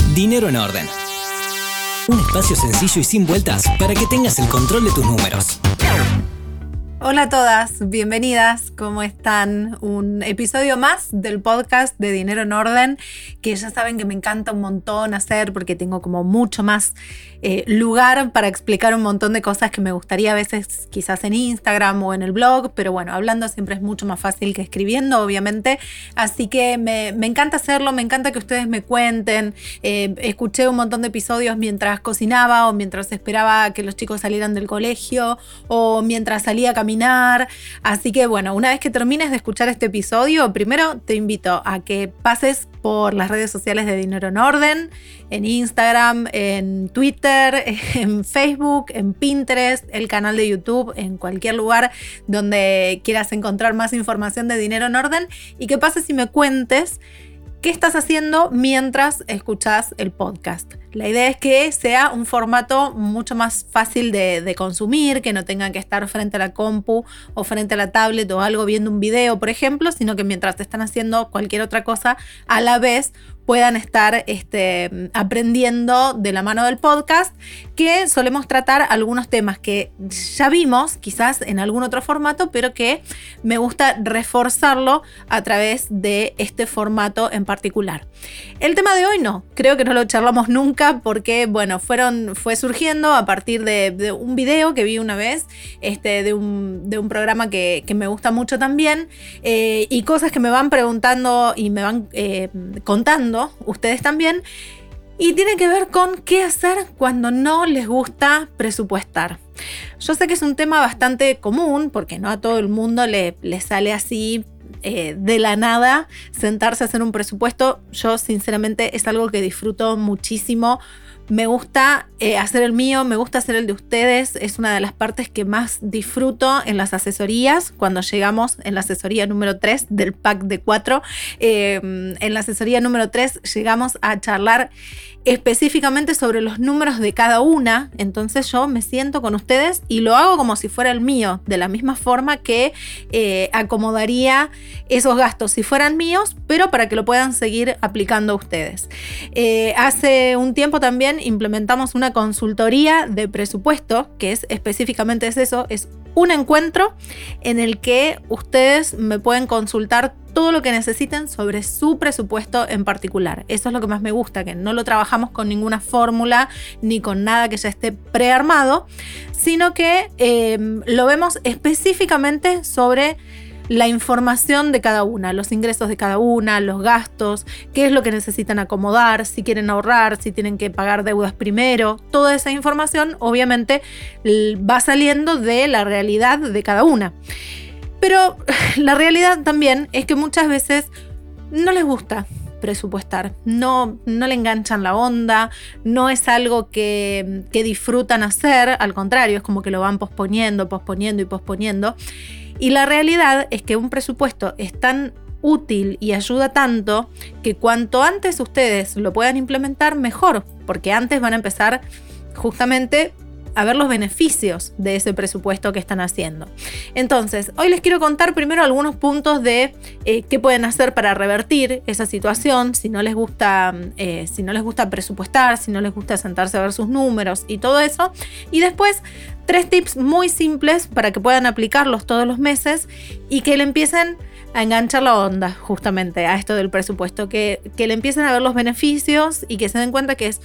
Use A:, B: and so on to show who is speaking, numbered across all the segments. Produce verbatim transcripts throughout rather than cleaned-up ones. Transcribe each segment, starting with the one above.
A: Dinero en Orden. Un espacio sencillo y sin vueltas para que tengas el control de tus números.
B: Hola a todas, bienvenidas, ¿cómo están? Un episodio más del podcast de Dinero en Orden, que ya saben que me encanta un montón hacer porque tengo como mucho más eh, lugar para explicar un montón de cosas que me gustaría a veces quizás en Instagram o en el blog, pero bueno, hablando siempre es mucho más fácil que escribiendo, obviamente, así que me, me encanta hacerlo, me encanta que ustedes me cuenten. Eh, escuché un montón de episodios mientras cocinaba o mientras esperaba que los chicos salieran del colegio o mientras salía a caminar. Así que bueno, una vez que termines de escuchar este episodio, primero te invito a que pases por las redes sociales de Dinero en Orden, en Instagram, en Twitter, en Facebook, en Pinterest, el canal de YouTube, en cualquier lugar donde quieras encontrar más información de Dinero en Orden, y que pases y me cuentes qué estás haciendo mientras escuchas el podcast. La idea es que sea un formato mucho más fácil de, de consumir, que no tengan que estar frente a la compu o frente a la tablet o algo viendo un video, por ejemplo, sino que mientras están haciendo cualquier otra cosa, a la vez puedan estar este, aprendiendo de la mano del podcast, que solemos tratar algunos temas que ya vimos, quizás en algún otro formato, pero que me gusta reforzarlo a través de este formato en particular. El tema de hoy no, creo que no lo charlamos nunca porque, bueno, fueron, fue surgiendo a partir de, de un video que vi una vez, este, de, un, de un programa que, que me gusta mucho también, eh, y cosas que me van preguntando y me van eh, contando ustedes también, y tiene que ver con qué hacer cuando no les gusta presupuestar. Yo sé que es un tema bastante común porque no a todo el mundo le, le sale así eh, de la nada sentarse a hacer un presupuesto. Yo sinceramente es algo que disfruto muchísimo. Me gusta eh, hacer el mío, me gusta hacer el de ustedes. Es una de las partes que más disfruto en las asesorías. Cuando llegamos en la asesoría número tres del pack de cuatro, eh, en la asesoría número tres llegamos a charlar específicamente sobre los números de cada una. Entonces yo me siento con ustedes y lo hago como si fuera el mío, de la misma forma que eh, acomodaría esos gastos si fueran míos, pero para que lo puedan seguir aplicando ustedes. Eh, hace un tiempo también implementamos una consultoría de presupuesto, que es específicamente es eso, es un encuentro en el que ustedes me pueden consultar todo lo que necesiten sobre su presupuesto en particular. Eso es lo que más me gusta, que no lo trabajamos con ninguna fórmula ni con nada que ya esté prearmado, sino que eh, lo vemos específicamente sobre la información de cada una, los ingresos de cada una, los gastos, qué es lo que necesitan acomodar, si quieren ahorrar, si tienen que pagar deudas primero. Toda esa información obviamente va saliendo de la realidad de cada una. Pero la realidad también es que muchas veces no les gusta presupuestar, no, no le enganchan la onda, no es algo que, que disfrutan hacer, al contrario, es como que lo van posponiendo, posponiendo y posponiendo. Y la realidad es que un presupuesto es tan útil y ayuda tanto que cuanto antes ustedes lo puedan implementar, mejor, porque antes van a empezar justamente a ver los beneficios de ese presupuesto que están haciendo. Entonces, hoy les quiero contar primero algunos puntos de eh, qué pueden hacer para revertir esa situación, si no les gusta, eh, si no les gusta presupuestar, si no les gusta sentarse a ver sus números y todo eso. Y después, tres tips muy simples para que puedan aplicarlos todos los meses y que le empiecen a enganchar la onda justamente a esto del presupuesto, que, que le empiecen a ver los beneficios y que se den cuenta que es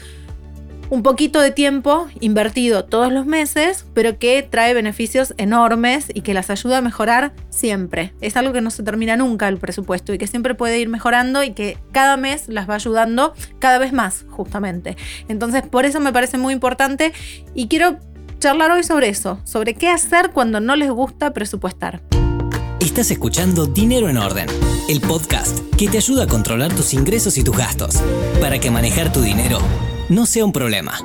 B: un poquito de tiempo invertido todos los meses, pero que trae beneficios enormes y que las ayuda a mejorar siempre. Es algo que no se termina nunca el presupuesto y que siempre puede ir mejorando y que cada mes las va ayudando cada vez más, justamente. Entonces, por eso me parece muy importante y quiero charlar hoy sobre eso, sobre qué hacer cuando no les gusta presupuestar.
A: Estás escuchando Dinero en Orden, el podcast que te ayuda a controlar tus ingresos y tus gastos, para que manejar tu dinero no sea un problema.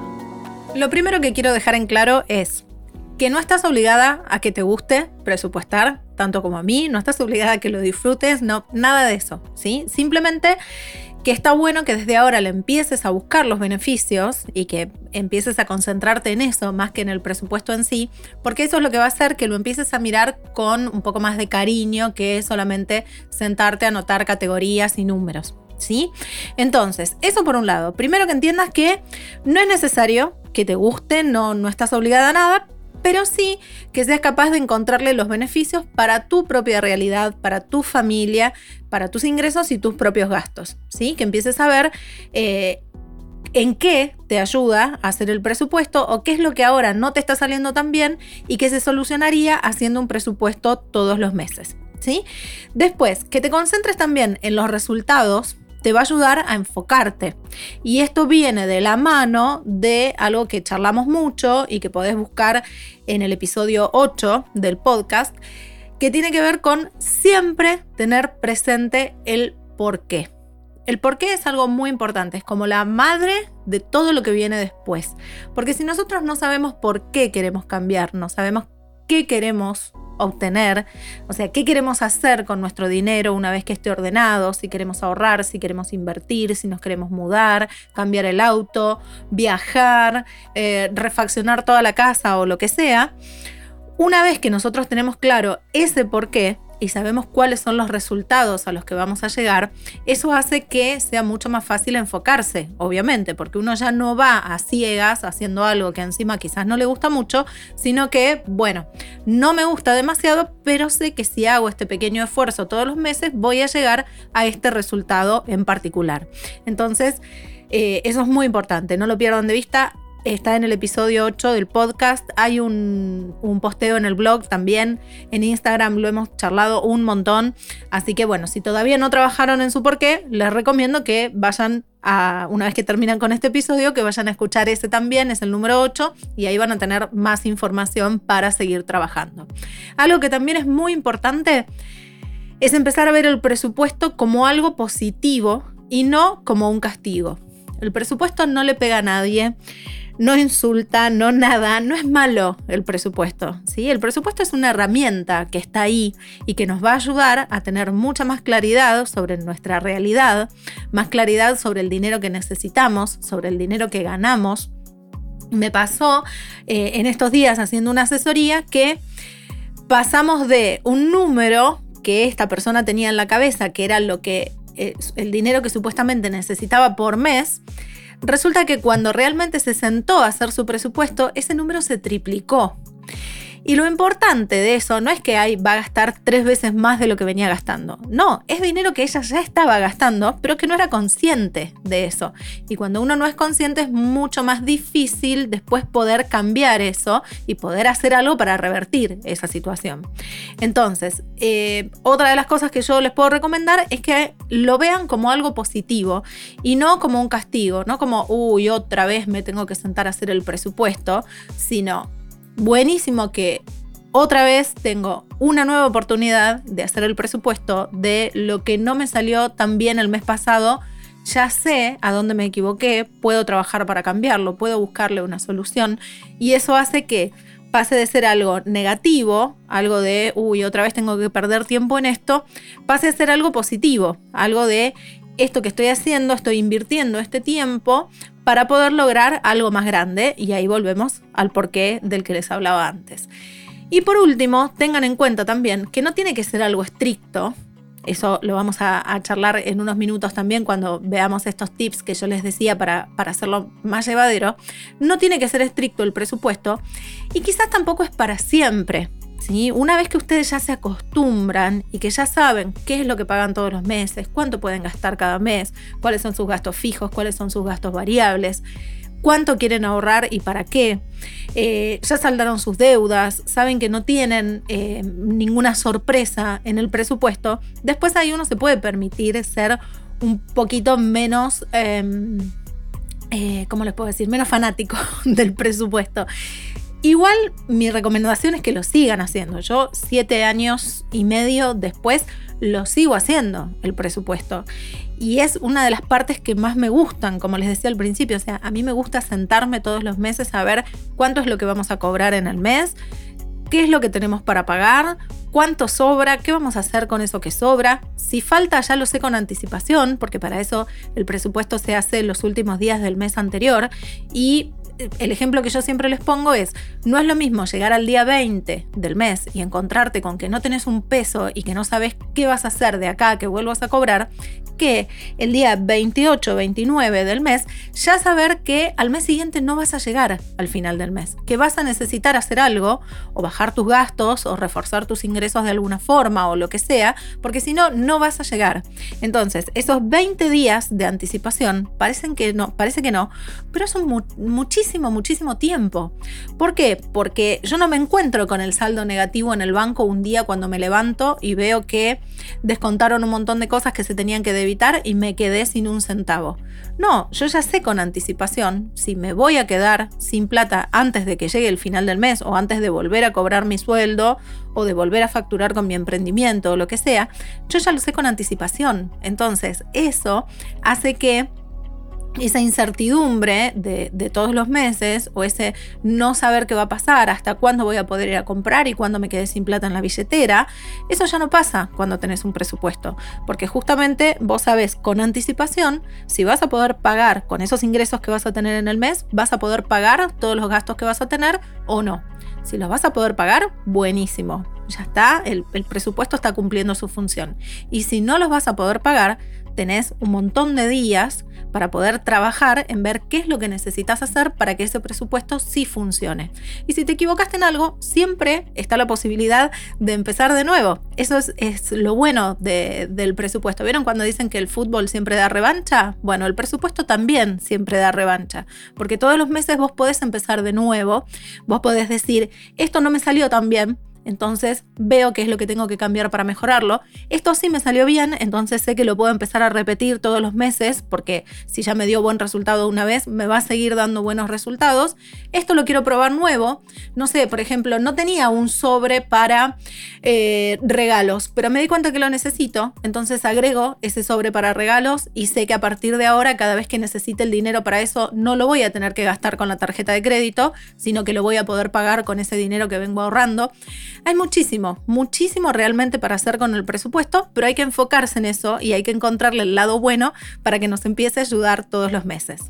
B: Lo primero que quiero dejar en claro es que no estás obligada a que te guste presupuestar, tanto como a mí, no estás obligada a que lo disfrutes, no, nada de eso, ¿sí? Simplemente que está bueno que desde ahora le empieces a buscar los beneficios y que empieces a concentrarte en eso más que en el presupuesto en sí, porque eso es lo que va a hacer que lo empieces a mirar con un poco más de cariño que solamente sentarte a anotar categorías y números. ¿sí? Entonces, eso por un lado. Primero que entiendas que no es necesario que te guste, no, no estás obligada a nada, pero sí que seas capaz de encontrarle los beneficios para tu propia realidad, para tu familia, para tus ingresos y tus propios gastos, ¿sí? Que empieces a ver eh, en qué te ayuda a hacer el presupuesto o qué es lo que ahora no te está saliendo tan bien y que se solucionaría haciendo un presupuesto todos los meses, ¿sí? Después, que te concentres también en los resultados te va a ayudar a enfocarte. Y esto viene de la mano de algo que charlamos mucho y que podés buscar en el episodio ocho del podcast, que tiene que ver con siempre tener presente el por qué. El por qué es algo muy importante, es como la madre de todo lo que viene después. Porque si nosotros no sabemos por qué queremos cambiar, no sabemos qué queremos obtener, o sea, qué queremos hacer con nuestro dinero una vez que esté ordenado, si queremos ahorrar, si queremos invertir, si nos queremos mudar, cambiar el auto, viajar, eh, refaccionar toda la casa o lo que sea. Una vez que nosotros tenemos claro ese por qué y sabemos cuáles son los resultados a los que vamos a llegar, eso hace que sea mucho más fácil enfocarse, obviamente, porque uno ya no va a ciegas haciendo algo que encima quizás no le gusta mucho, sino que, bueno, no me gusta demasiado, pero sé que si hago este pequeño esfuerzo todos los meses, voy a llegar a este resultado en particular. Entonces, eh, eso es muy importante, no lo pierdan de vista. Está en el episodio ocho del podcast, hay un, un posteo en el blog también, en Instagram lo hemos charlado un montón, así que bueno, si todavía no trabajaron en su porqué, les recomiendo que vayan a, una vez que terminan con este episodio, que vayan a escuchar ese también, es el número ocho, y ahí van a tener más información para seguir trabajando. Algo que también es muy importante es empezar a ver el presupuesto como algo positivo y no como un castigo. El presupuesto no le pega a nadie, no insulta, no nada, no es malo el presupuesto, ¿sí? El presupuesto es una herramienta que está ahí y que nos va a ayudar a tener mucha más claridad sobre nuestra realidad, más claridad sobre el dinero que necesitamos, sobre el dinero que ganamos. Me pasó eh, en estos días haciendo una asesoría que pasamos de un número que esta persona tenía en la cabeza, que era lo que eh, el dinero que supuestamente necesitaba por mes. Resulta que cuando realmente se sentó a hacer su presupuesto, ese número se triplicó. Y lo importante de eso no es que ahí va a gastar tres veces más de lo que venía gastando. No, es dinero que ella ya estaba gastando, pero que no era consciente de eso. Y cuando uno no es consciente es mucho más difícil después poder cambiar eso y poder hacer algo para revertir esa situación. Entonces, eh, otra de las cosas que yo les puedo recomendar es que lo vean como algo positivo y no como un castigo, no como, uy, otra vez me tengo que sentar a hacer el presupuesto, sino buenísimo que otra vez tengo una nueva oportunidad de hacer el presupuesto de lo que no me salió tan bien el mes pasado. Ya sé a dónde me equivoqué, puedo trabajar para cambiarlo, puedo buscarle una solución y eso hace que pase de ser algo negativo, algo de, uy, otra vez tengo que perder tiempo en esto, pase a ser algo positivo, algo de esto que estoy haciendo, estoy invirtiendo este tiempo para poder lograr algo más grande y ahí volvemos al porqué del que les hablaba antes. Y por último, tengan en cuenta también que no tiene que ser algo estricto. Eso lo vamos a, a charlar en unos minutos también cuando veamos estos tips que yo les decía para, para hacerlo más llevadero. No tiene que ser estricto el presupuesto y quizás tampoco es para siempre, ¿sí? Una vez que ustedes ya se acostumbran y que ya saben qué es lo que pagan todos los meses, cuánto pueden gastar cada mes, cuáles son sus gastos fijos, cuáles son sus gastos variables, cuánto quieren ahorrar y para qué, eh, ya saldaron sus deudas, saben que no tienen eh, ninguna sorpresa en el presupuesto, después ahí uno se puede permitir ser un poquito menos, eh, eh, ¿cómo les puedo decir? Menos fanático del presupuesto. Igual mi recomendación es que lo sigan haciendo. Yo siete años y medio después lo sigo haciendo el presupuesto. Y es una de las partes que más me gustan, como les decía al principio. O sea, a mí me gusta sentarme todos los meses a ver cuánto es lo que vamos a cobrar en el mes, qué es lo que tenemos para pagar, cuánto sobra, qué vamos a hacer con eso que sobra. Si falta ya lo sé con anticipación, porque para eso el presupuesto se hace los últimos días del mes anterior y el ejemplo que yo siempre les pongo es, no es lo mismo llegar al día veinte del mes y encontrarte con que no tenés un peso y que no sabes qué vas a hacer de acá a que vuelvas a cobrar, que el día veintiocho, veintinueve del mes ya saber que al mes siguiente no vas a llegar al final del mes, que vas a necesitar hacer algo o bajar tus gastos o reforzar tus ingresos de alguna forma o lo que sea, porque si no, no vas a llegar. Entonces, esos veinte días de anticipación parecen que no, parece que no, pero son mu- muchísimo, muchísimo tiempo. ¿Por qué? Porque yo no me encuentro con el saldo negativo en el banco un día cuando me levanto y veo que descontaron un montón de cosas que se tenían que evitar y me quedé sin un centavo. No, yo ya sé con anticipación si me voy a quedar sin plata antes de que llegue el final del mes o antes de volver a cobrar mi sueldo o de volver a facturar con mi emprendimiento o lo que sea. Yo ya lo sé con anticipación. Entonces, eso hace que esa incertidumbre de, de todos los meses o ese no saber qué va a pasar, hasta cuándo voy a poder ir a comprar y cuándo me quedé sin plata en la billetera, eso ya no pasa cuando tenés un presupuesto, porque justamente vos sabés con anticipación si vas a poder pagar con esos ingresos que vas a tener en el mes, vas a poder pagar todos los gastos que vas a tener o no. Si los vas a poder pagar, buenísimo, ya está, el, el presupuesto está cumpliendo su función. Y si no los vas a poder pagar, tenés un montón de días para poder trabajar en ver qué es lo que necesitas hacer para que ese presupuesto sí funcione. Y si te equivocaste en algo, siempre está la posibilidad de empezar de nuevo. Eso es, es lo bueno de, del presupuesto. ¿Vieron cuando dicen que el fútbol siempre da revancha? Bueno, el presupuesto también siempre da revancha, porque todos los meses vos podés empezar de nuevo, vos podés decir, esto no me salió tan bien, entonces veo qué es lo que tengo que cambiar para mejorarlo. Esto sí me salió bien, entonces sé que lo puedo empezar a repetir todos los meses, porque si ya me dio buen resultado una vez, me va a seguir dando buenos resultados. Esto lo quiero probar nuevo. No sé, por ejemplo, no tenía un sobre para eh, regalos, pero me di cuenta que lo necesito, entonces agrego ese sobre para regalos y sé que a partir de ahora, cada vez que necesite el dinero para eso, no lo voy a tener que gastar con la tarjeta de crédito, sino que lo voy a poder pagar con ese dinero que vengo ahorrando. Hay muchísimo, muchísimo realmente para hacer con el presupuesto, pero hay que enfocarse en eso y hay que encontrarle el lado bueno para que nos empiece a ayudar todos los meses.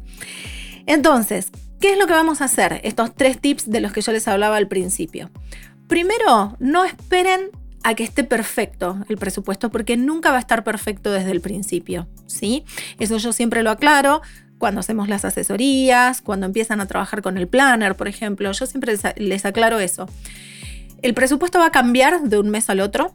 B: Entonces, ¿qué es lo que vamos a hacer? Estos tres tips de los que yo les hablaba al principio. Primero, no esperen a que esté perfecto el presupuesto, porque nunca va a estar perfecto desde el principio, ¿sí? Eso yo siempre lo aclaro. Cuando hacemos las asesorías, cuando empiezan a trabajar con el planner, por ejemplo, yo siempre les, les aclaro eso. El presupuesto va a cambiar de un mes al otro.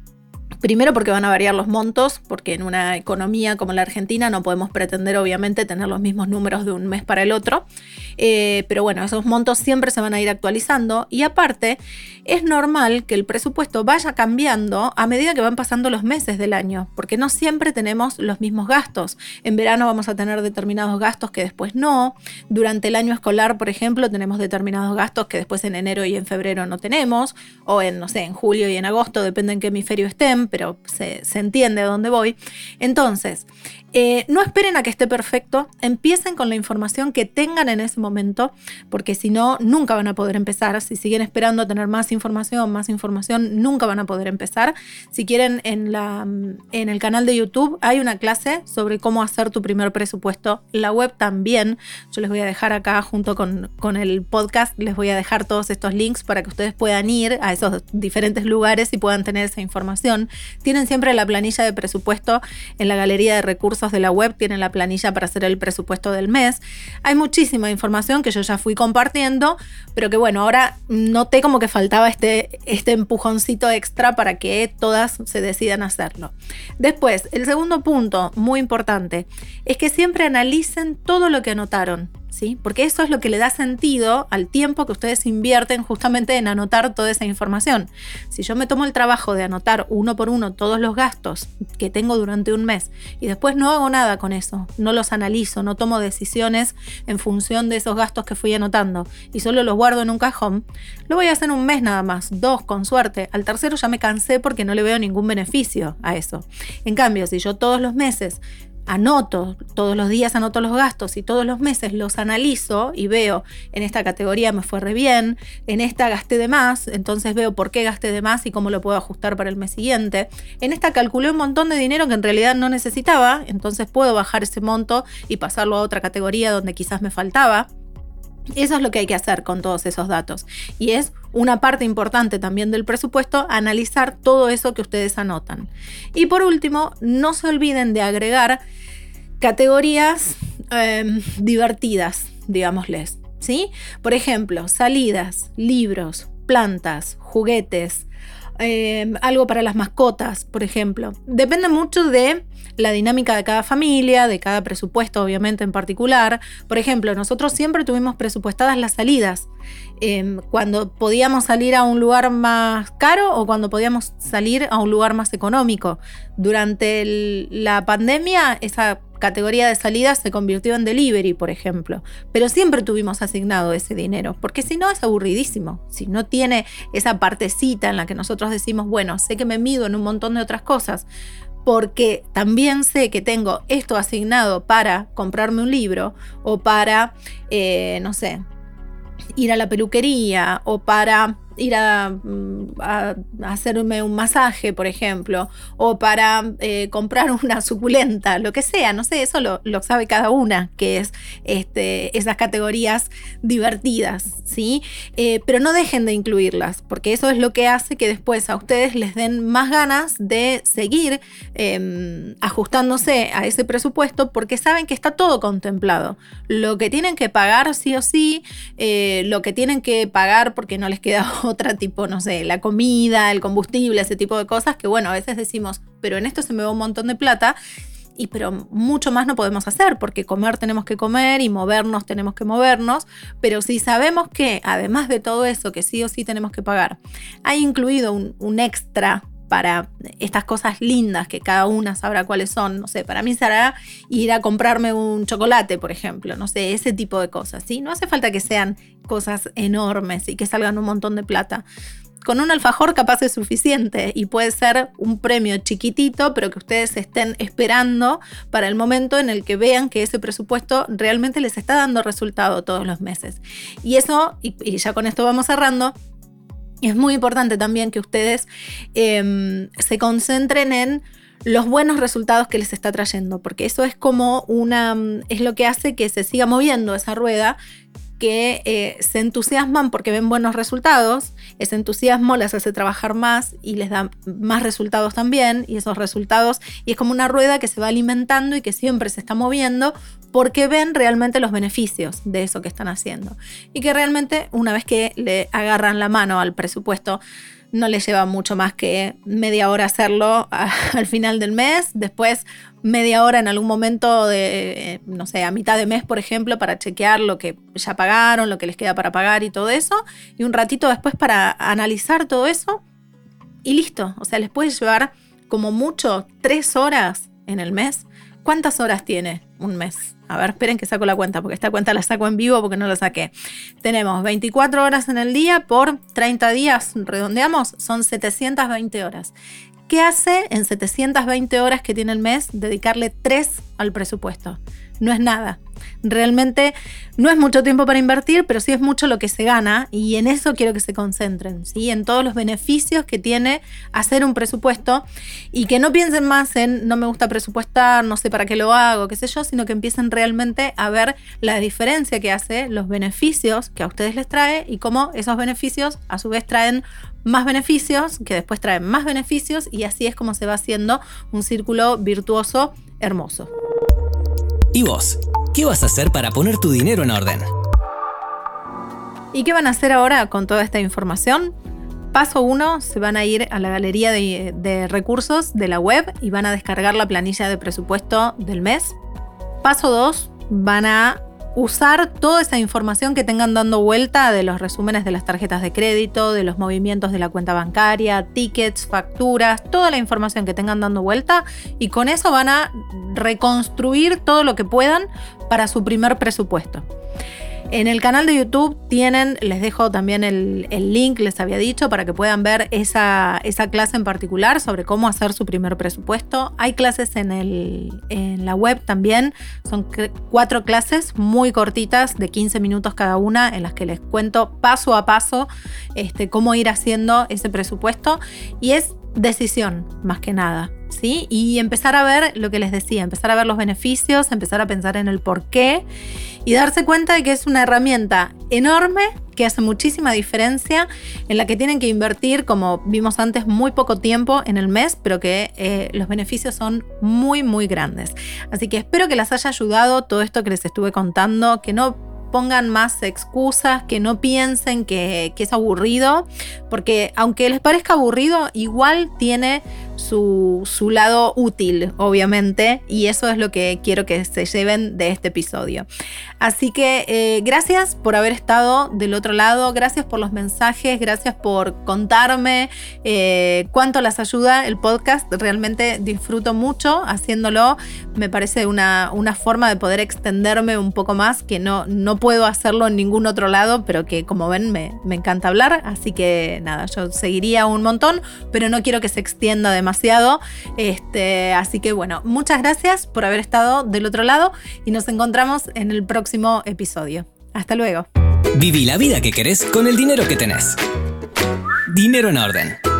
B: Primero porque van a variar los montos, porque en una economía como la Argentina no podemos pretender obviamente tener los mismos números de un mes para el otro. Eh, pero bueno, esos montos siempre se van a ir actualizando y aparte es normal que el presupuesto vaya cambiando a medida que van pasando los meses del año, porque no siempre tenemos los mismos gastos. En verano vamos a tener determinados gastos que después no. Durante el año escolar, por ejemplo, tenemos determinados gastos que después en enero y en febrero no tenemos, o en, no sé, en julio y en agosto, depende en qué hemisferio estén, pero se, se entiende a dónde voy. Entonces, eh, no esperen a que esté perfecto, empiecen con la información que tengan en ese momento, porque si no, nunca van a poder empezar. Si siguen esperando a tener más información, más información, nunca van a poder empezar. Si quieren, en, la, en el canal de YouTube hay una clase sobre cómo hacer tu primer presupuesto. En la web también, yo les voy a dejar acá junto con, con el podcast, les voy a dejar todos estos links para que ustedes puedan ir a esos diferentes lugares y puedan tener esa información. Tienen siempre la planilla de presupuesto en la galería de recursos de la web, tienen la planilla para hacer el presupuesto del mes. Hay muchísima información que yo ya fui compartiendo, pero que bueno, ahora noté como que faltaba este, este empujoncito extra para que todas se decidan hacerlo. Después, el segundo punto, muy importante, es que siempre analicen todo lo que anotaron, ¿sí? Porque eso es lo que le da sentido al tiempo que ustedes invierten justamente en anotar toda esa información. Si yo me tomo el trabajo de anotar uno por uno todos los gastos que tengo durante un mes y después no hago nada con eso, no los analizo, no tomo decisiones en función de esos gastos que fui anotando y solo los guardo en un cajón, lo voy a hacer un mes nada más, dos con suerte. Al tercero ya me cansé porque no le veo ningún beneficio a eso. En cambio, si yo todos los meses anoto, todos los días anoto los gastos y todos los meses los analizo y veo, en esta categoría me fue re bien, en esta gasté de más, entonces veo por qué gasté de más y cómo lo puedo ajustar para el mes siguiente. En esta calculé un montón de dinero que en realidad no necesitaba, entonces puedo bajar ese monto y pasarlo a otra categoría donde quizás me faltaba. Eso es lo que hay que hacer con todos esos datos. Y es una parte importante también del presupuesto, analizar todo eso que ustedes anotan. Y por último, no se olviden de agregar categorías eh, divertidas, digámosles, ¿sí? Por ejemplo, salidas, libros, plantas, juguetes, eh, algo para las mascotas, por ejemplo. Depende mucho de la dinámica de cada familia, de cada presupuesto, obviamente, en particular. Por ejemplo, nosotros siempre tuvimos presupuestadas las salidas. Eh, cuando podíamos salir a un lugar más caro o cuando podíamos salir a un lugar más económico. Durante el, la pandemia, esa categoría de salidas se convirtió en delivery, por ejemplo. Pero siempre tuvimos asignado ese dinero, porque si no es aburridísimo. Si no tiene esa partecita en la que nosotros decimos, bueno, sé que me mido en un montón de otras cosas, porque también sé que tengo esto asignado para comprarme un libro o para, eh, no sé, ir a la peluquería o para ir a, a hacerme un masaje, por ejemplo, o para eh, comprar una suculenta, lo que sea, no sé, eso lo, lo sabe cada una, que es este, esas categorías divertidas, ¿sí? Eh, pero no dejen de incluirlas, porque eso es lo que hace que después a ustedes les den más ganas de seguir eh, ajustándose a ese presupuesto, porque saben que está todo contemplado. Lo que tienen que pagar sí o sí, eh, lo que tienen que pagar porque no les queda otra, tipo, no sé, la comida, el combustible, ese tipo de cosas que, bueno, a veces decimos, pero en esto se me va un montón de plata, y pero mucho más no podemos hacer, porque comer tenemos que comer y movernos tenemos que movernos, pero si sabemos que, además de todo eso, que sí o sí tenemos que pagar, hay incluido un, un extra para estas cosas lindas que cada una sabrá cuáles son, no sé, para mí será ir a comprarme un chocolate, por ejemplo, no sé, ese tipo de cosas, ¿sí? No hace falta que sean cosas enormes y que salgan un montón de plata. Con un alfajor capaz es suficiente y puede ser un premio chiquitito, pero que ustedes estén esperando para el momento en el que vean que ese presupuesto realmente les está dando resultado todos los meses. Y eso, y, y ya con esto vamos cerrando, es muy importante también que ustedes eh, se concentren en los buenos resultados que les está trayendo, porque eso es como una, es lo que hace que se siga moviendo esa rueda, que eh, se entusiasman porque ven buenos resultados, ese entusiasmo les hace trabajar más y les da más resultados también, y esos resultados, y es como una rueda que se va alimentando y que siempre se está moviendo porque ven realmente los beneficios de eso que están haciendo, y que realmente una vez que le agarran la mano al presupuesto, no les lleva mucho más que media hora hacerlo a, al final del mes, después media hora en algún momento de, no sé, a mitad de mes, por ejemplo, para chequear lo que ya pagaron, lo que les queda para pagar y todo eso, y un ratito después para analizar todo eso y listo. O sea, les puede llevar como mucho tres horas en el mes. ¿Cuántas horas tiene un mes? A ver, esperen que saco la cuenta, porque esta cuenta la saco en vivo porque no la saqué. Tenemos veinticuatro horas en el día por treinta días, redondeamos, son setecientas veinte horas. ¿Qué hace en setecientas veinte horas que tiene el mes dedicarle tres al presupuesto? No es nada. Realmente no es mucho tiempo para invertir, pero sí es mucho lo que se gana, y en eso quiero que se concentren, ¿sí? En todos los beneficios que tiene hacer un presupuesto, y que no piensen más en no me gusta presupuestar, no sé para qué lo hago, qué sé yo, sino que empiecen realmente a ver la diferencia que hace, los beneficios que a ustedes les trae y cómo esos beneficios a su vez traen más beneficios, que después traen más beneficios, y así es como se va haciendo un círculo virtuoso hermoso.
A: ¿Y vos? ¿Qué vas a hacer para poner tu dinero en orden?
B: ¿Y qué van a hacer ahora con toda esta información? Paso uno, se van a ir a la galería de, de recursos de la web y van a descargar la planilla de presupuesto del mes. Paso dos, van a usar toda esa información que tengan dando vuelta de los resúmenes de las tarjetas de crédito, de los movimientos de la cuenta bancaria, tickets, facturas, toda la información que tengan dando vuelta, y con eso van a reconstruir todo lo que puedan para su primer presupuesto. En el canal de YouTube tienen, les dejo también el, el link, les había dicho, para que puedan ver esa, esa clase en particular sobre cómo hacer su primer presupuesto. Hay clases en, el, en la web también, son cuatro clases muy cortitas de quince minutos cada una, en las que les cuento paso a paso este, cómo ir haciendo ese presupuesto, y es decisión más que nada, ¿sí? Y empezar a ver lo que les decía, empezar a ver los beneficios, empezar a pensar en el por qué y darse cuenta de que es una herramienta enorme que hace muchísima diferencia, en la que tienen que invertir, como vimos antes, muy poco tiempo en el mes, pero que eh, los beneficios son muy, muy grandes. Así que espero que les haya ayudado todo esto que les estuve contando, que no pongan más excusas, que no piensen que, que es aburrido, porque aunque les parezca aburrido, igual tiene su, su lado útil, obviamente, y eso es lo que quiero que se lleven de este episodio. Así que eh, gracias por haber estado del otro lado, gracias por los mensajes, gracias por contarme eh, cuánto les ayuda el podcast. Realmente disfruto mucho haciéndolo, me parece una, una forma de poder extenderme un poco más, que no, no puedo hacerlo en ningún otro lado, pero que como ven me, me encanta hablar, así que nada, yo seguiría un montón, pero no quiero que se extienda demasiado, este, así que bueno, muchas gracias por haber estado del otro lado y nos encontramos en el próximo episodio. Hasta luego.
A: Viví la vida que querés con el dinero que tenés. Dinero en Orden.